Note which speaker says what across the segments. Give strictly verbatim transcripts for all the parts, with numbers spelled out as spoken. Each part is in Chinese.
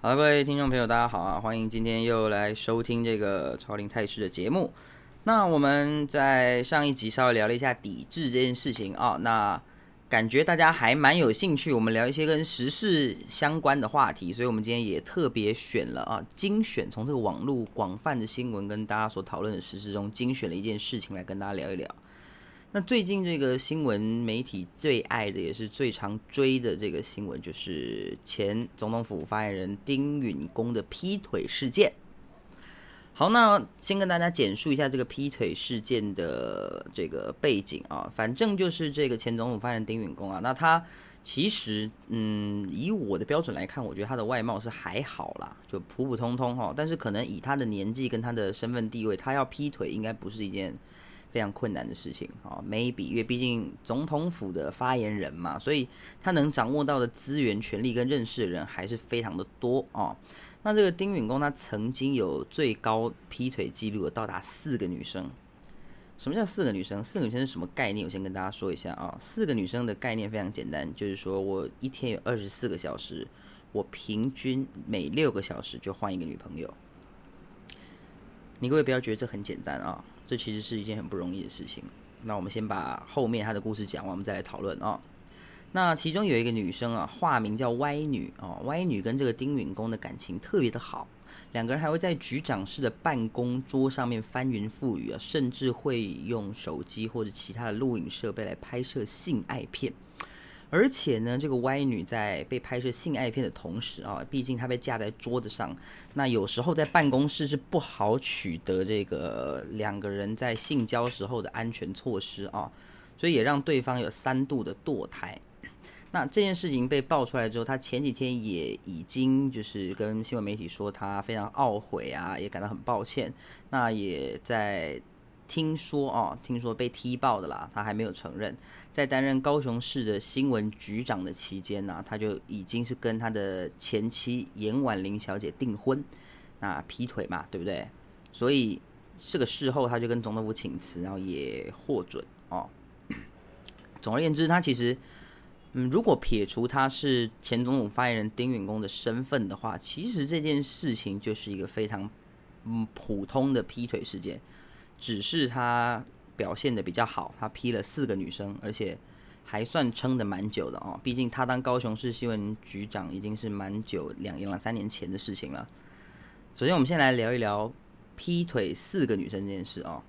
Speaker 1: 好的，各位听众朋友，大家好啊！欢迎今天又来收听这个超龄态势的节目。那我们在上一集稍微聊了一下抵制这件事情啊，那感觉大家还蛮有兴趣，我们聊一些跟时事相关的话题，所以我们今天也特别选了啊，精选从这个网络广泛的新闻跟大家所讨论的时事中精选了一件事情来跟大家聊一聊。那最近这个新闻媒体最爱的也是最常追的这个新闻，就是前总统府发言人丁允恭的劈腿事件。好，那先跟大家简述一下这个劈腿事件的这个背景啊。反正就是这个前总统发言人丁允恭啊，那他其实嗯，以我的标准来看，我觉得他的外貌是还好啦，就普普通通哈。但是可能以他的年纪跟他的身份地位，他要劈腿应该不是一件非常困难的事情啊 ，maybe， 因为毕竟总统府的发言人嘛，所以他能掌握到的资源、权力跟认识的人还是非常的多啊。那这个丁允恭他曾经有最高劈腿记录，到达四个女生。什么叫四个女生？四个女生是什么概念？我先跟大家说一下啊。四个女生的概念非常简单，就是说我一天有二十四个小时，我平均每六个小时就换一个女朋友。你各位不要觉得这很简单啊，这其实是一件很不容易的事情。那我们先把后面她的故事讲完，我们再来讨论啊。那其中有一个女生啊，化名叫歪女啊，歪女跟这个丁允恭的感情特别的好，两个人还会在局长室的办公桌上面翻云覆雨啊，甚至会用手机或者其他的录影设备来拍摄性爱片。而且呢，这个歪女在被拍摄性爱片的同时啊，毕竟她被架在桌子上，那有时候在办公室是不好取得这个两个人在性交时候的安全措施啊，所以也让对方有三度的堕胎。那这件事情被爆出来之后，他前几天也已经就是跟新闻媒体说他非常懊悔啊，也感到很抱歉。那也在听说哦，听说被踢爆的啦，他还没有承认。在担任高雄市的新闻局长的期间呢、啊，他就已经是跟他的前妻严婉玲小姐订婚，那劈腿嘛，对不对？所以这个事后他就跟总统府请辞，然后也获准哦。总而言之，他其实。嗯，如果撇除他是前总统发言人丁允恭的身份的话，其实这件事情就是一个非常嗯普通的劈腿事件，只是他表现的比较好，他劈了四个女生，而且还算撑得蛮久的哦。毕竟他当高雄市新闻局长已经是蛮久两两三年前的事情了。首先，我们先来聊一聊劈腿四个女生这件事哦。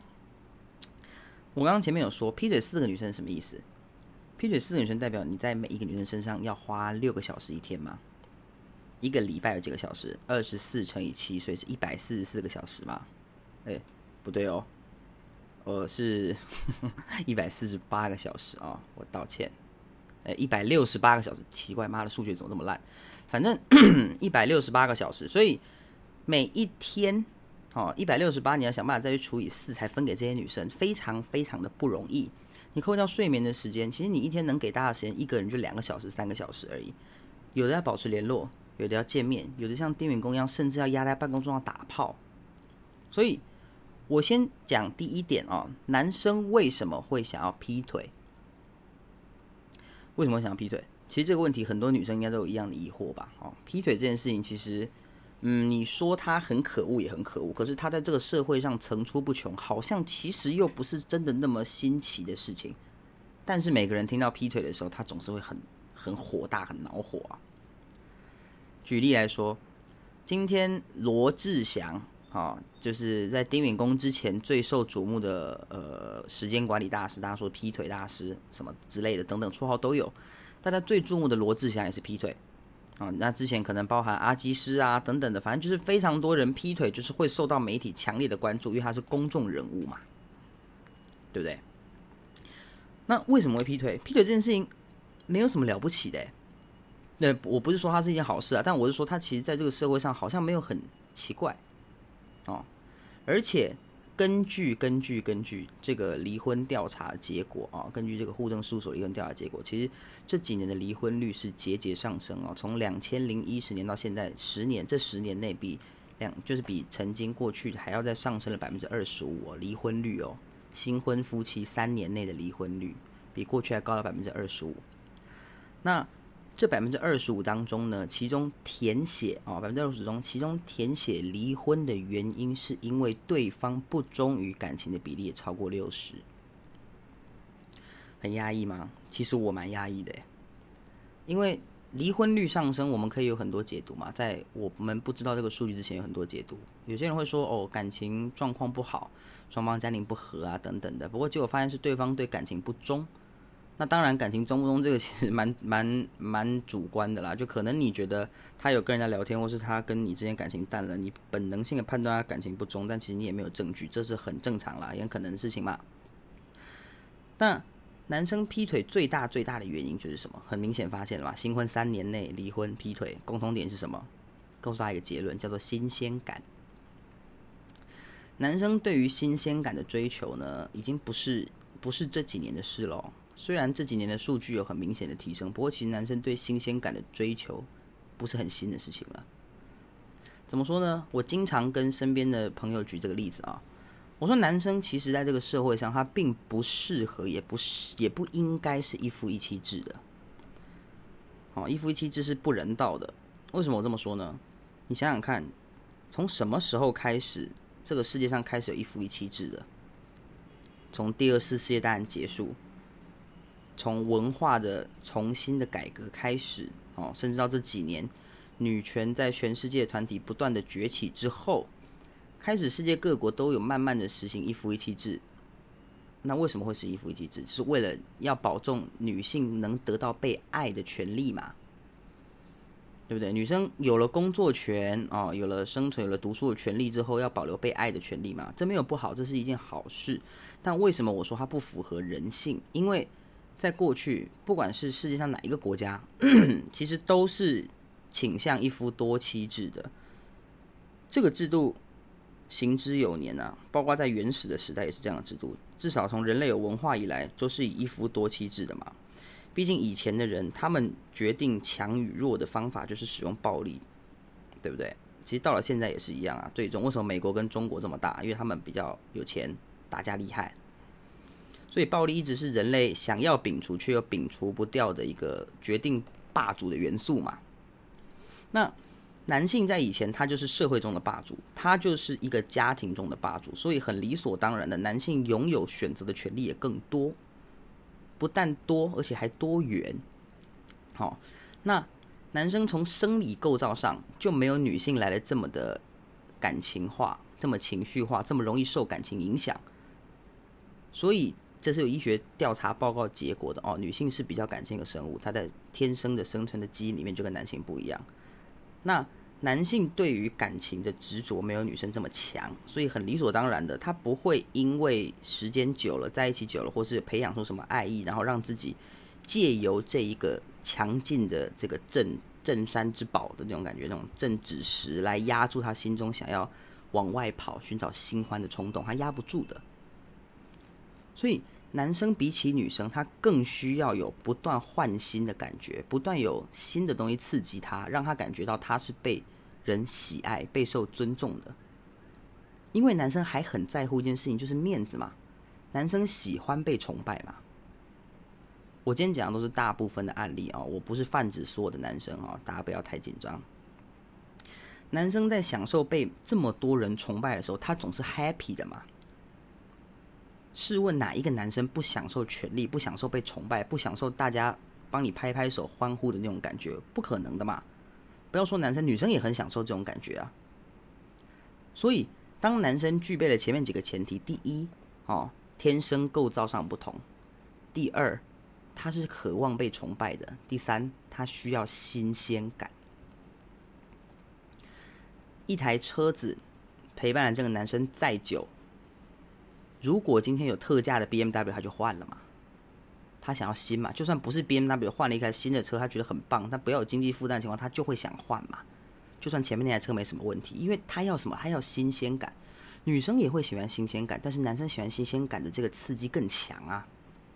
Speaker 1: 我刚刚前面有说劈腿四个女生是什么意思？劈腿四个女生代表你在每一个女生身上要花六个小时一天吗？一个礼拜有几个小时？二十四乘以七，所以是一百四十四个小时嘛？哎、欸，不对哦，我是一百四十八个小时啊、哦，我道歉。哎、欸，一百六十八个小时，奇怪，妈的，数学怎么这么烂？反正一百六十八个小时，所以每一天哦，一百六十八，你要想办法再去除以四，才分给这些女生，非常非常的不容易。你扣掉睡眠的时间，其实你一天能给大家的时间，一个人就两个小时、三个小时而已。有的要保持联络，有的要见面，有的像丁允恭一样，甚至要压在办公桌上打炮。所以，我先讲第一点哦，男生为什么会想要劈腿？为什么会想要劈腿？其实这个问题很多女生应该都有一样的疑惑吧？哦，劈腿这件事情其实。嗯，你说他很可恶也很可恶，可是他在这个社会上层出不穷，好像其实又不是真的那么新奇的事情。但是每个人听到劈腿的时候，他总是会很很火大、很恼火啊。举例来说，今天罗志祥啊，就是在丁允恭之前最受瞩目的呃时间管理大师，大家说劈腿大师什么之类的等等绰号都有。大家最注目的罗志祥也是劈腿。啊，那之前可能包含阿基师啊等等的，反正就是非常多人劈腿，就是会受到媒体强烈的关注，因为他是公众人物嘛，对不对？那为什么会劈腿？劈腿这件事情没有什么了不起的，那我不是说它是一件好事啊，但我是说它其实在这个社会上好像没有很奇怪哦，而且。根据根据根据这个离婚调查结果啊，根据这个户政事务所离婚调查结果，其实这几年的离婚率是节节上升啊，从两千零一十年到现在十年，这十年内比两就是比曾经过去还要再上升了百分之二十五哦，离婚率哦，新婚夫妻三年内的离婚率比过去还高了百分之二十五。那这百分之二十五当中呢，其中填写啊，百分之二十五中，其中填写离婚的原因是因为对方不忠于感情的比例也超过六十，很压抑吗？其实我蛮压抑的，因为离婚率上升，我们可以有很多解读嘛，在我们不知道这个数据之前，有很多解读。有些人会说，哦，感情状况不好，双方家庭不和啊，等等的。不过结果发现是对方对感情不忠。那当然，感情忠不忠这个其实蛮蛮蛮主观的啦，就可能你觉得他有跟人家聊天，或是他跟你之间感情淡了，你本能性的判断他感情不忠，但其实你也没有证据，这是很正常啦，也很可能的事情嘛。那男生劈腿最大最大的原因就是什么？很明显发现了嘛，新婚三年内离婚劈腿，共同点是什么？告诉大家一个结论，叫做新鲜感。男生对于新鲜感的追求呢，已经不是不是这几年的事了。虽然这几年的数据有很明显的提升，不过其实男生对新鲜感的追求不是很新的事情了。怎么说呢？我经常跟身边的朋友举这个例子啊。我说，男生其实在这个社会上，他并不适合，也不是，也不应该是一夫一妻制的。哦，一夫一妻制是不人道的。为什么我这么说呢？你想想看，从什么时候开始，这个世界上开始有一夫一妻制的？从第二次世界大战结束，从文化的重新的改革开始，哦，甚至到这几年，女权在全世界团体不断的崛起之后。开始，世界各国都有慢慢的实行一夫一妻制。那为什么会是一夫一妻制？是为了要保证女性能得到被爱的权利嘛？对不对？女生有了工作权哦，有了生存、有了读书的权利之后，要保留被爱的权利嘛？这没有不好，这是一件好事。但为什么我说它不符合人性？因为在过去，不管是世界上哪一个国家，其实都是倾向一夫多妻制的。这个制度行之有年啊，包括在原始的时代也是这样的制度，至少从人类有文化以来，都是以一夫多妻制的嘛。毕竟以前的人，他们决定强与弱的方法就是使用暴力，对不对？其实到了现在也是一样啊。最终为什么美国跟中国这么大？因为他们比较有钱，打架厉害，所以暴力一直是人类想要摒除却又摒除不掉的一个决定霸主的元素嘛。那男性在以前他就是社会中的霸主，他就是一个家庭中的霸主，所以很理所当然的，男性拥有选择的权利也更多，不但多，而且还多元。好、哦，那男生从生理构造上就没有女性来的这么的感情化，这么情绪化，这么容易受感情影响，所以这是有医学调查报告结果的哦。女性是比较感性的生物，她在天生的生存的基因里面就跟男性不一样。那男性对于感情的执着没有女生这么强，所以很理所当然的，他不会因为时间久了，在一起久了，或是培养出什么爱意，然后让自己借由这一个强劲的这个镇镇山之宝的那种感觉，那种镇止石来压住他心中想要往外跑、寻找新欢的冲动，他压不住的。所以男生比起女生，他更需要有不断换新的感觉，不断有新的东西刺激他，让他感觉到他是被人喜爱、备受尊重的。因为男生还很在乎一件事情，就是面子嘛。男生喜欢被崇拜嘛。我今天讲的都是大部分的案例啊、哦，我不是泛指所有的男生啊、哦，大家不要太紧张。男生在享受被这么多人崇拜的时候，他总是 happy 的嘛。试问哪一个男生不享受权力，不享受被崇拜，不享受大家帮你拍拍手欢呼的那种感觉？不可能的嘛！不要说男生，女生也很享受这种感觉啊。所以，当男生具备了前面几个前提，第一，哦，天生构造上不同；第二，他是渴望被崇拜的；第三，他需要新鲜感。一台车子陪伴了这个男生再久，如果今天有特价的 B M W， 他就换了嘛。他想要新嘛，就算不是 B M W 换了一台新的车，他觉得很棒，但不要有经济负担的情况，他就会想换嘛。就算前面那台车没什么问题，因为他要什么？他要新鲜感。女生也会喜欢新鲜感，但是男生喜欢新鲜感的这个刺激更强啊。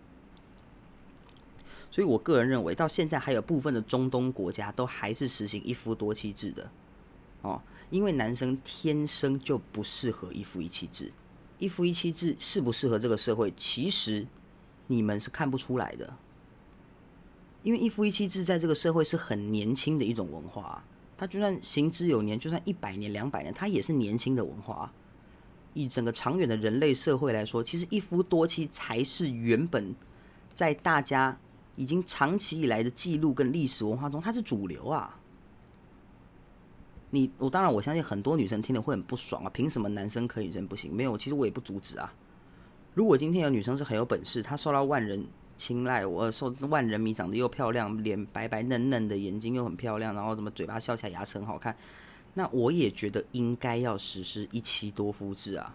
Speaker 1: 所以我个人认为，到现在还有部分的中东国家都还是实行一夫多妻制的哦，因为男生天生就不适合一夫一妻制。一夫一妻制适不适合这个社会，其实你们是看不出来的。 因为一夫一妻制在这个社会是很年轻的一种文化、啊，它就算行之有年，就算一百年、两百年，它也是年轻的文化、啊。以整个长远的人类社会来说，其实一夫多妻才是原本在大家已经长期以来的记录跟历史文化中，它是主流啊。你我当然我相信很多女生听了会很不爽啊，凭什么男生可以女生不行？没有，其实我也不阻止啊。如果今天有女生是很有本事，她受到万人青睐，我受万人迷，长得又漂亮，脸白白嫩嫩的，眼睛又很漂亮，然后怎么嘴巴笑起来牙齿很好看，那我也觉得应该要实施一妻多夫制啊。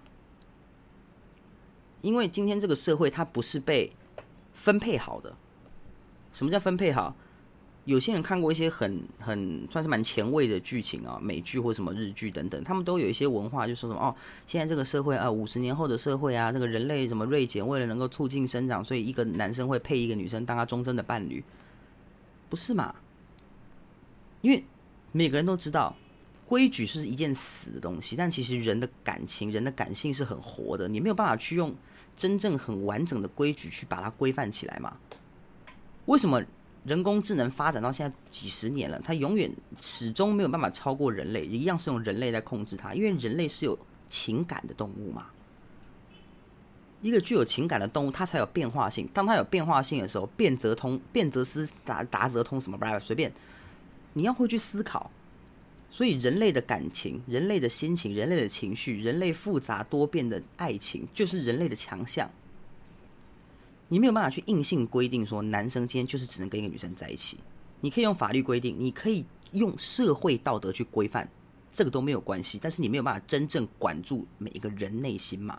Speaker 1: 因为今天这个社会它不是被分配好的。什么叫分配好？有些人看过一些很很算是蛮前卫的剧情啊，美剧或什么日剧等等，他们都有一些文化，就说什么哦，现在这个社会啊，五十年后的社会啊，这个人类什么锐减，为了能够促进生长，所以一个男生会配一个女生当他终身的伴侣，不是嘛？因为每个人都知道，规矩是一件死的东西，但其实人的感情、人的感性是很活的，你没有办法去用真正很完整的规矩去把它规范起来嘛？为什么？人工智能发展到现在几十年了，它永远始终没有办法超过人类，一样是用人类在控制它，因为人类是有情感的动物嘛。一个具有情感的动物，它才有变化性。当它有变化性的时候，变则通，变则思，达达则通，什么不随便，你要会去思考。所以人类的感情、人类的心情、人类的情绪、人类复杂多变的爱情，就是人类的强项。你没有办法去硬性规定说男生今天就是只能跟一个女生在一起，你可以用法律规定，你可以用社会道德去规范，这个都没有关系，但是你没有办法真正管住每一个人内心嘛。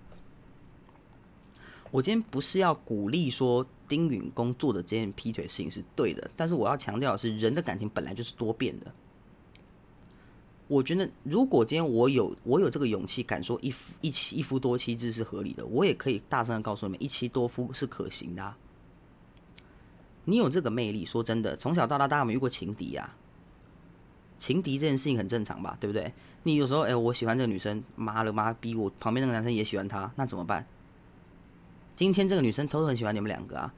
Speaker 1: 我今天不是要鼓励说丁允恭做的这件劈腿事情是对的，但是我要强调的是，人的感情本来就是多变的。我觉得，如果今天我有我有这个勇气，敢说一夫一妻一夫多妻制是合理的，我也可以大声的告诉你们，一妻多夫是可行的啊。你有这个魅力，说真的，从小到大大家有没有遇过情敌啊？情敌这件事情很正常吧，对不对？你有时候，哎、欸，我喜欢这个女生，妈了妈逼我旁边那个男生也喜欢她，那怎么办？今天这个女生都很喜欢你们两个啊。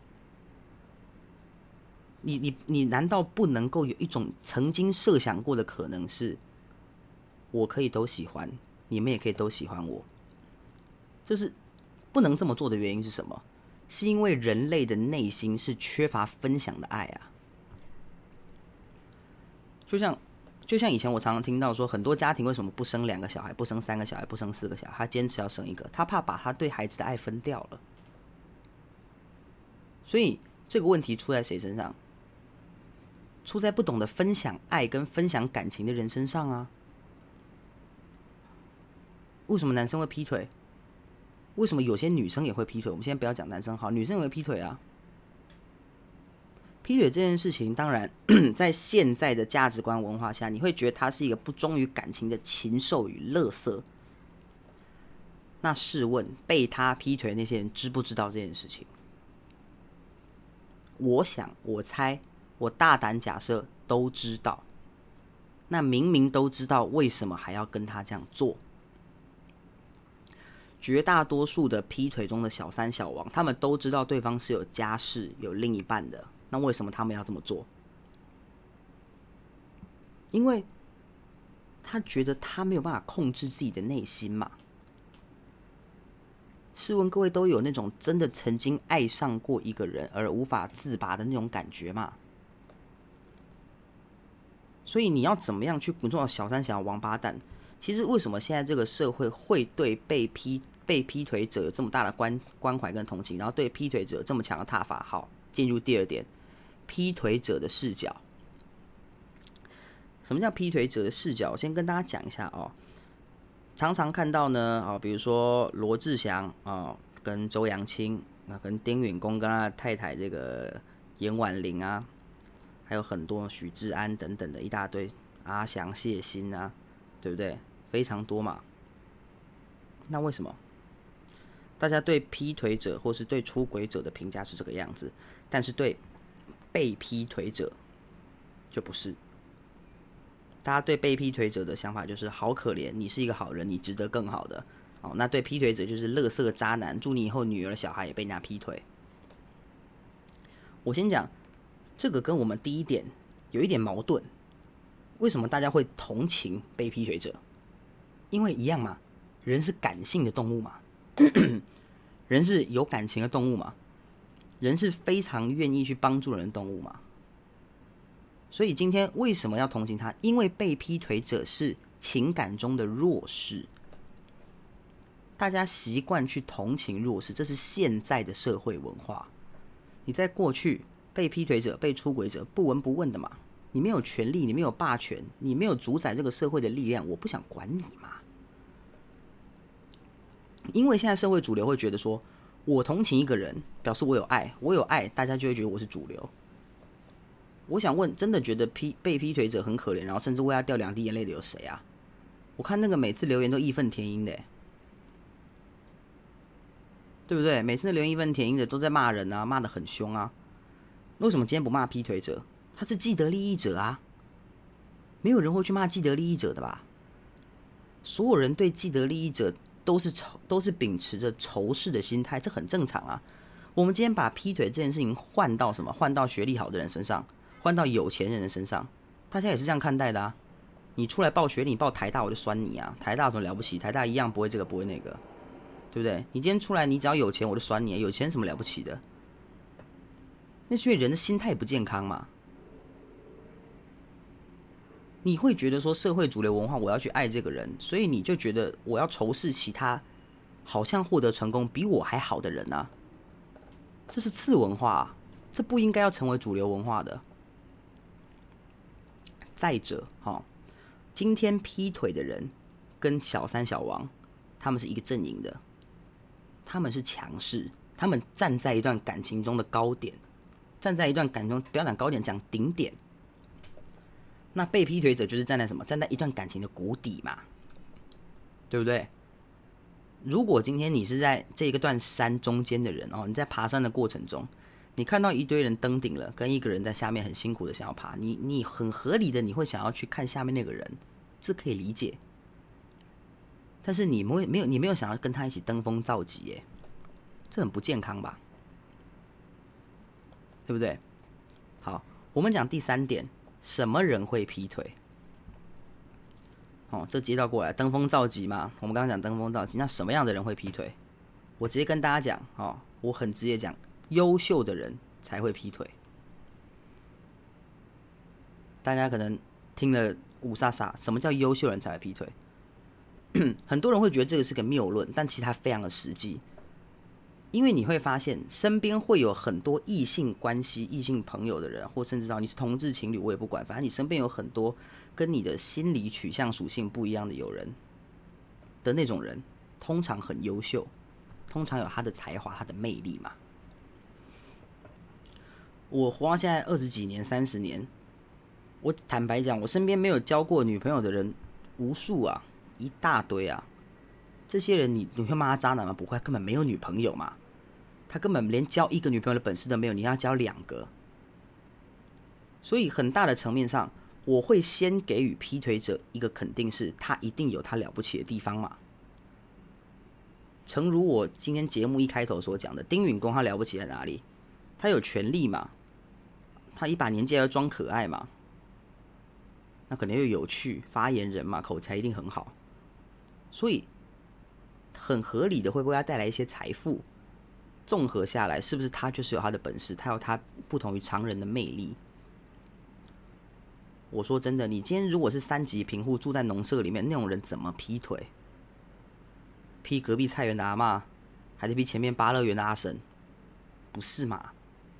Speaker 1: 你你你难道不能够有一种曾经设想过的可能是，我可以都喜欢，你们也可以都喜欢我？就是不能这么做的原因是什么？是因为人类的内心是缺乏分享的爱啊。就像就像以前我常常听到说，很多家庭为什么不生两个小孩，不生三个小孩，不生四个小孩，他坚持要生一个，他怕把他对孩子的爱分掉了。所以这个问题出在谁身上？出在不懂得分享爱跟分享感情的人身上啊。为什么男生会劈腿？为什么有些女生也会劈腿？我们现在不要讲男生好，女生也会劈腿啊。劈腿这件事情，当然在现在的价值观文化下，你会觉得它是一个不忠于感情的禽兽与垃圾。那试问，被他劈腿的那些人知不知道这件事情？我想，我猜，我大胆假设都知道。那明明都知道，为什么还要跟他这样做？绝大多数的劈腿中的小三小王，他们都知道对方是有家室、有另一半的，那为什么他们要这么做？因为他觉得他没有办法控制自己的内心嘛。试问各位都有那种真的曾经爱上过一个人而无法自拔的那种感觉嘛？所以你要怎么样去捕捉小三小王八蛋？其实为什么现在这个社会会对被劈被劈腿者有这么大的关关怀跟同情，然后对劈腿者有这么强的挞伐？好，进入第二点，劈腿者的视角。什么叫劈腿者的视角？我先跟大家讲一下哦。常常看到呢，啊，比如说罗志祥啊，跟周扬青，那跟丁允恭跟他太太这个严婉玲啊，还有很多许志安等等的一大堆，阿翔、谢欣啊，对不对？非常多嘛。那为什么大家对劈腿者或是对出轨者的评价是这个样子，但是对被劈腿者就不是？大家对被劈腿者的想法就是好可怜，你是一个好人，你值得更好的。哦，那对劈腿者就是垃圾渣男，祝你以后女儿小孩也被人家劈腿。我先讲这个跟我们第一点有一点矛盾。为什么大家会同情被劈腿者？因为一样嘛，人是感性的动物嘛，人是有感情的动物嘛，人是非常愿意去帮助人的动物嘛。所以今天为什么要同情他？因为被劈腿者是情感中的弱势，大家习惯去同情弱势，这是现在的社会文化。你在过去，被劈腿者、被出轨者不闻不问的嘛，你没有权利，你没有霸权，你没有主宰这个社会的力量，我不想管你嘛。因为现在社会主流会觉得说，我同情一个人，表示我有爱，我有爱，大家就会觉得我是主流。我想问，真的觉得劈被劈腿者很可怜，然后甚至为他掉两滴眼泪的有谁啊？我看那个每次留言都义愤填膺的，对不对？每次留言义愤填膺的都在骂人啊，骂得很凶啊。为什么今天不骂劈腿者？他是既得利益者啊，没有人会去骂既得利益者的吧？所有人对既得利益者都是仇，都是秉持着仇视的心态，这很正常啊。我们今天把劈腿这件事情换到什么？换到学历好的人身上，换到有钱人的身上，大家也是这样看待的啊。你出来报学历，你报台大我就酸你啊！台大有什么了不起？台大一样不会这个不会那个，对不对？你今天出来，你只要有钱我就酸你，有钱什么了不起的？那是因为人的心态不健康嘛。你会觉得说社会主流文化我要去爱这个人，所以你就觉得我要仇视其他好像获得成功比我还好的人啊，这是次文化啊，这不应该要成为主流文化的。再者，哦，今天劈腿的人跟小三小王他们是一个阵营的，他们是强势，他们站在一段感情中的高点，站在一段感情中，不要讲高点，讲顶点。那被劈腿者就是站在什么？站在一段感情的谷底嘛，对不对？如果今天你是在这一个段山中间的人哦，你在爬山的过程中，你看到一堆人登顶了，跟一个人在下面很辛苦的想要爬，你你很合理的你会想要去看下面那个人，这可以理解。但是你没有没有你没有想要跟他一起登峰造极耶，这很不健康吧？对不对？好，我们讲第三点。什么人会劈腿？哦，这接到过来，登峰造极嘛。我们刚刚讲登峰造极，那什么样的人会劈腿？我直接跟大家讲，哦，我很直接讲，优秀的人才会劈腿。大家可能听了五煞煞，什么叫优秀人才会劈腿？很多人会觉得这个是个谬论，但其实它非常的实际。因为你会发现，身边会有很多异性关系、异性朋友的人，或甚至到你是同志情侣，我也不管，反正你身边有很多跟你的心理取向属性不一样的友人的那种人，通常很优秀，通常有他的才华、他的魅力嘛。我活到现在二十几年、三十年，我坦白讲，我身边没有交过女朋友的人无数啊，一大堆啊。这些人你你会骂他渣男吗？不会，根本没有女朋友嘛，他根本连交一个女朋友的本事都没有，你要交两个。所以很大的层面上，我会先给予劈腿者一个肯定，是他一定有他了不起的地方嘛。诚如我今天节目一开头所讲的，丁允恭他了不起在哪里？他有权利嘛，他一把年纪还要装可爱嘛，那可能又有趣，发言人嘛，口才一定很好，所以很合理的会为他带来一些财富。综合下来，是不是他就是有他的本事，他有他不同于常人的魅力？我说真的，你今天如果是三级贫户住在农舍里面，那种人怎么劈腿？劈隔壁菜园的阿嬷，还是劈前面芭乐园的阿婶？不是嘛？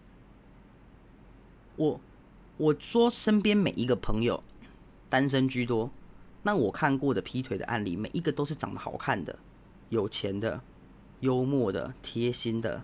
Speaker 1: 我我说身边每一个朋友单身居多，那我看过的劈腿的案例，每一个都是长得好看的、有钱的、幽默的、贴心的。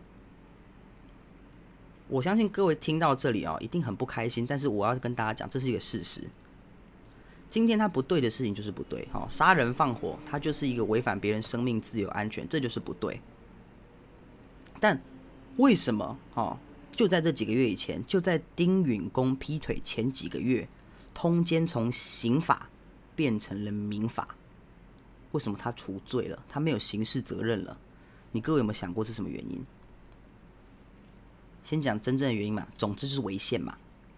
Speaker 1: 我相信各位听到这里啊、哦，一定很不开心，但是我要跟大家讲，这是一个事实。今天他不对的事情就是不对，哈、哦，杀人放火，他就是一个违反别人生命自由安全，这就是不对。但为什么？哦，就在这几个月以前，就在丁允恭劈腿前几个月，通奸从刑法变成了民法，为什么他除罪了？他没有刑事责任了？你各位有没有想过是什么原因？先讲真正的原因嘛，总之就是违宪嘛。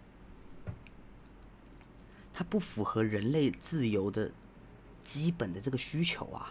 Speaker 1: 它不符合人类自由的基本的这个需求啊，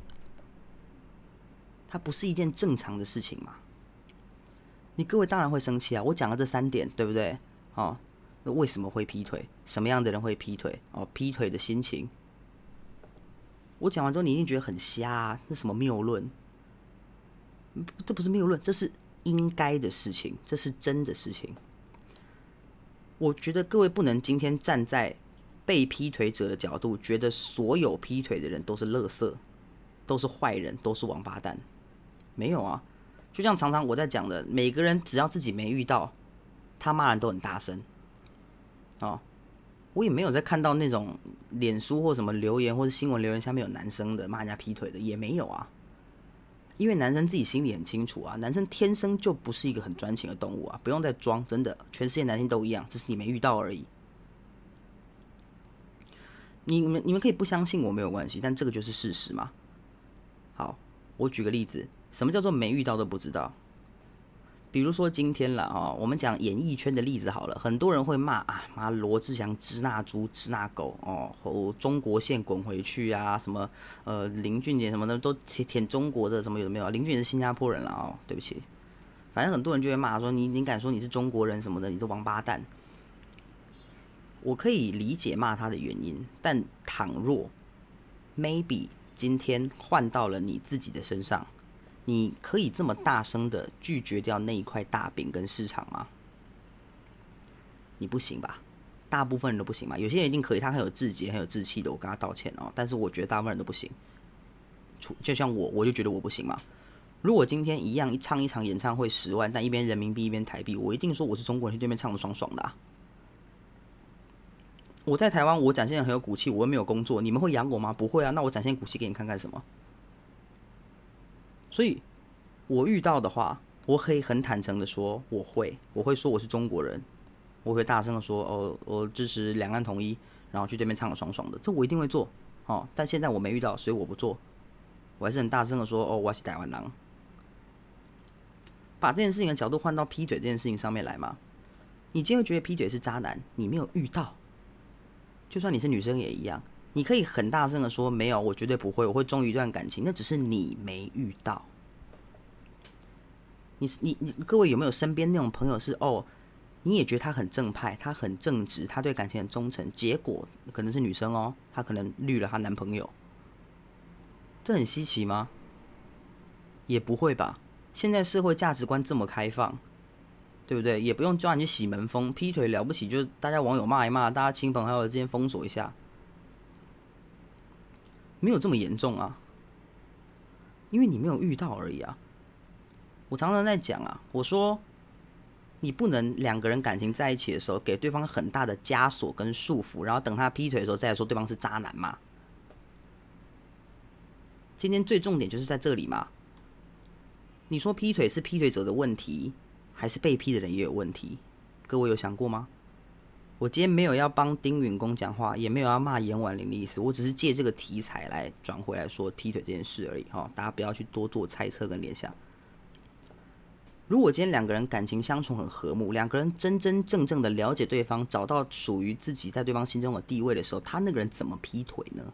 Speaker 1: 它不是一件正常的事情嘛。你各位当然会生气啊！我讲了这三点，对不对？哦，那为什么会劈腿？什么样的人会劈腿？哦，劈腿的心情。我讲完之后，你一定觉得很瞎啊，那什么谬论？这不是谬论，这是应该的事情，这是真的事情。我觉得各位不能今天站在被劈腿者的角度，觉得所有劈腿的人都是垃圾，都是坏人，都是王八蛋。没有啊，就像常常我在讲的，每个人只要自己没遇到，他骂人都很大声。哦，我也没有在看到那种脸书或什么留言或者新闻留言下面有男生的骂人家劈腿的，也没有啊。因为男生自己心里很清楚啊，男生天生就不是一个很专情的动物啊，不用再装，真的，全世界男性都一样，只是你没遇到而已。你们你们可以不相信我没有关系，但这个就是事实嘛。好，我举个例子，什么叫做没遇到都不知道？比如说今天啦，哦，我们讲演艺圈的例子好了，很多人会骂啊，妈罗志祥支那猪支那狗哦，中国线滚回去啊，什么呃林俊杰什么的都舔中国的什么有的没有，林俊杰是新加坡人啦哦，对不起，反正很多人就会骂说你你敢说你是中国人什么的，你是王八蛋。我可以理解骂他的原因，但倘若 maybe 今天换到了你自己的身上，你可以这么大声的拒绝掉那一块大饼跟市场吗？你不行吧？大部分人都不行吧？有些人一定可以，他很有志节，很有志气的，我跟他道歉哦。但是我觉得大部分人都不行，就像我，我就觉得我不行嘛。如果今天一样一唱一场演唱会十万，但一边人民币一边台币，我一定说我是中国人，去对面唱的爽爽的啊。我在台湾，我展现的很有骨气，我又没有工作，你们会养我吗？不会啊，那我展现骨气给你看看什么？所以，我遇到的话，我可以很坦诚的说，我会，我会说我是中国人，我会大声的说，哦，我支持两岸统一，然后去对面唱的爽爽的，这我一定会做，哦。但现在我没遇到，所以我不做，我还是很大声的说，哦，我是台湾人。把这件事情的角度换到劈腿这件事情上面来嘛，你今天会觉得劈腿是渣男，你没有遇到。就算你是女生也一样，你可以很大声的说没有，我绝对不会，我会忠于一段感情，那只是你没遇到。你你你各位有没有身边那种朋友是哦，你也觉得他很正派，他很正直，他对感情很忠诚，结果可能是女生哦，她可能绿了她男朋友，这很稀奇吗？也不会吧。现在社会价值观这么开放，对不对？也不用叫你去洗门风，劈腿了不起，就是大家网友骂一骂，大家亲朋好友之间封锁一下，没有这么严重啊。因为你没有遇到而已啊。我常常在讲啊，我说你不能两个人感情在一起的时候，给对方很大的枷锁跟束缚，然后等他劈腿的时候再来说对方是渣男嘛。今天最重点就是在这里嘛。你说劈腿是劈腿者的问题，还是被劈的人也有问题？各位有想过吗？我今天没有要帮丁允恭讲话，也没有要骂严婉玲的意思，我只是借这个题材来转回来说劈腿这件事而已哈，大家不要去多做猜测跟联想。如果今天两个人感情相处很和睦，两个人真真正正的了解对方，找到属于自己在对方心中的地位的时候，他那个人怎么劈腿呢？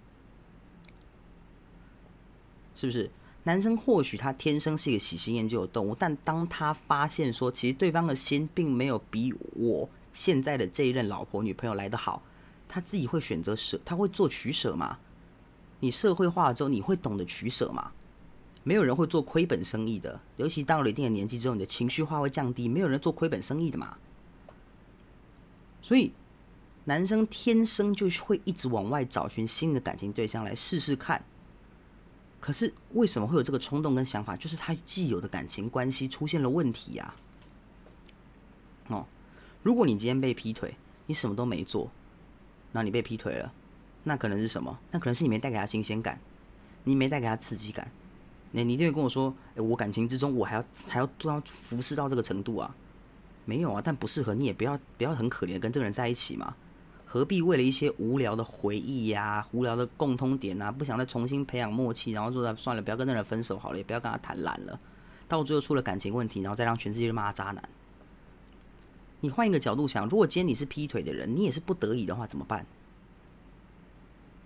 Speaker 1: 是不是？男生或许他天生是一个喜新厌旧的动物，但当他发现说，其实对方的心并没有比我现在的这一任老婆女朋友来得好，他自己会选择舍，他会做取舍嘛？你社会化了之后，你会懂得取舍嘛？没有人会做亏本生意的，尤其到了一定的年纪之后，你的情绪化会降低，没有人做亏本生意的嘛。所以，男生天生就会一直往外找寻新的感情对象来试试看。可是为什么会有这个冲动跟想法？就是他既有的感情关系出现了问题啊。哦，如果你今天被劈腿，你什么都没做，那你被劈腿了，那可能是什么？那可能是你没带给他新鲜感，你没带给他刺激感。你你一定会跟我说，欸，我感情之中我还要还要都要服侍到这个程度啊？没有啊，但不适合，你也不要不要很可怜的跟这个人在一起嘛。何必为了一些无聊的回忆呀、啊、无聊的共通点啊，不想再重新培养默契，然后说算了，不要跟那人分手好了，也不要跟他谈烂了，到最后出了感情问题，然后再让全世界骂他渣男。你换一个角度想，如果今天你是劈腿的人，你也是不得已的话怎么办？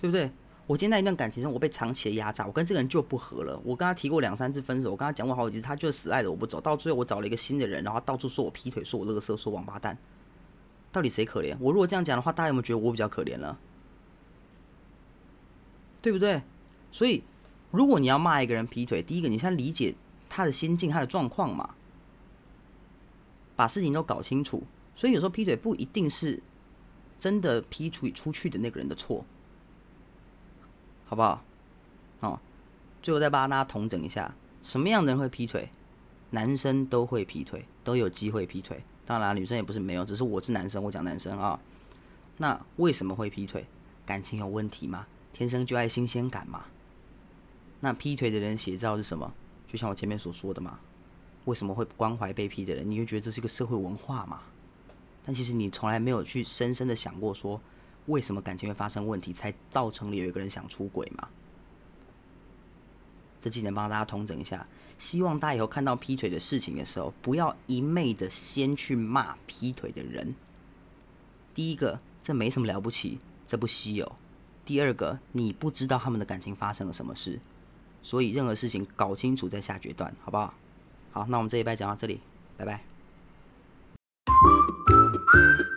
Speaker 1: 对不对？我今天在一段感情中，我被长期的压榨，我跟这个人就不合了。我跟他提过两三次分手，我跟他讲过好几次，他就是死爱着我不走。到最后，我找了一个新的人，然后他到处说我劈腿，说我垃圾，说王八蛋。到底谁可怜？我如果这样讲的话，大家有没有觉得我比较可怜了？对不对？所以，如果你要骂一个人劈腿，第一个你先理解他的心境、他的状况嘛，把事情都搞清楚。所以有时候劈腿不一定是真的劈腿出去的那个人的错，好不好？哦，最后再帮大家统整一下，什么样的人会劈腿？男生都会劈腿，都有机会劈腿。当然，女生也不是没有，只是我是男生，我讲男生啊。那为什么会劈腿？感情有问题吗？天生就爱新鲜感嘛。那劈腿的人写照是什么？就像我前面所说的嘛。为什么会关怀被劈的人？你会觉得这是一个社会文化嘛？但其实你从来没有去深深的想过说，为什么感情会发生问题，才造成了有一个人想出轨嘛？这技能帮大家统整一下，希望大家以后看到劈腿的事情的时候，不要一昧的先去骂劈腿的人。第一个，这没什么了不起，这不稀有。第二个，你不知道他们的感情发生了什么事，所以任何事情搞清楚再下决断，好不好？好，那我们这一拜讲到这里，拜拜。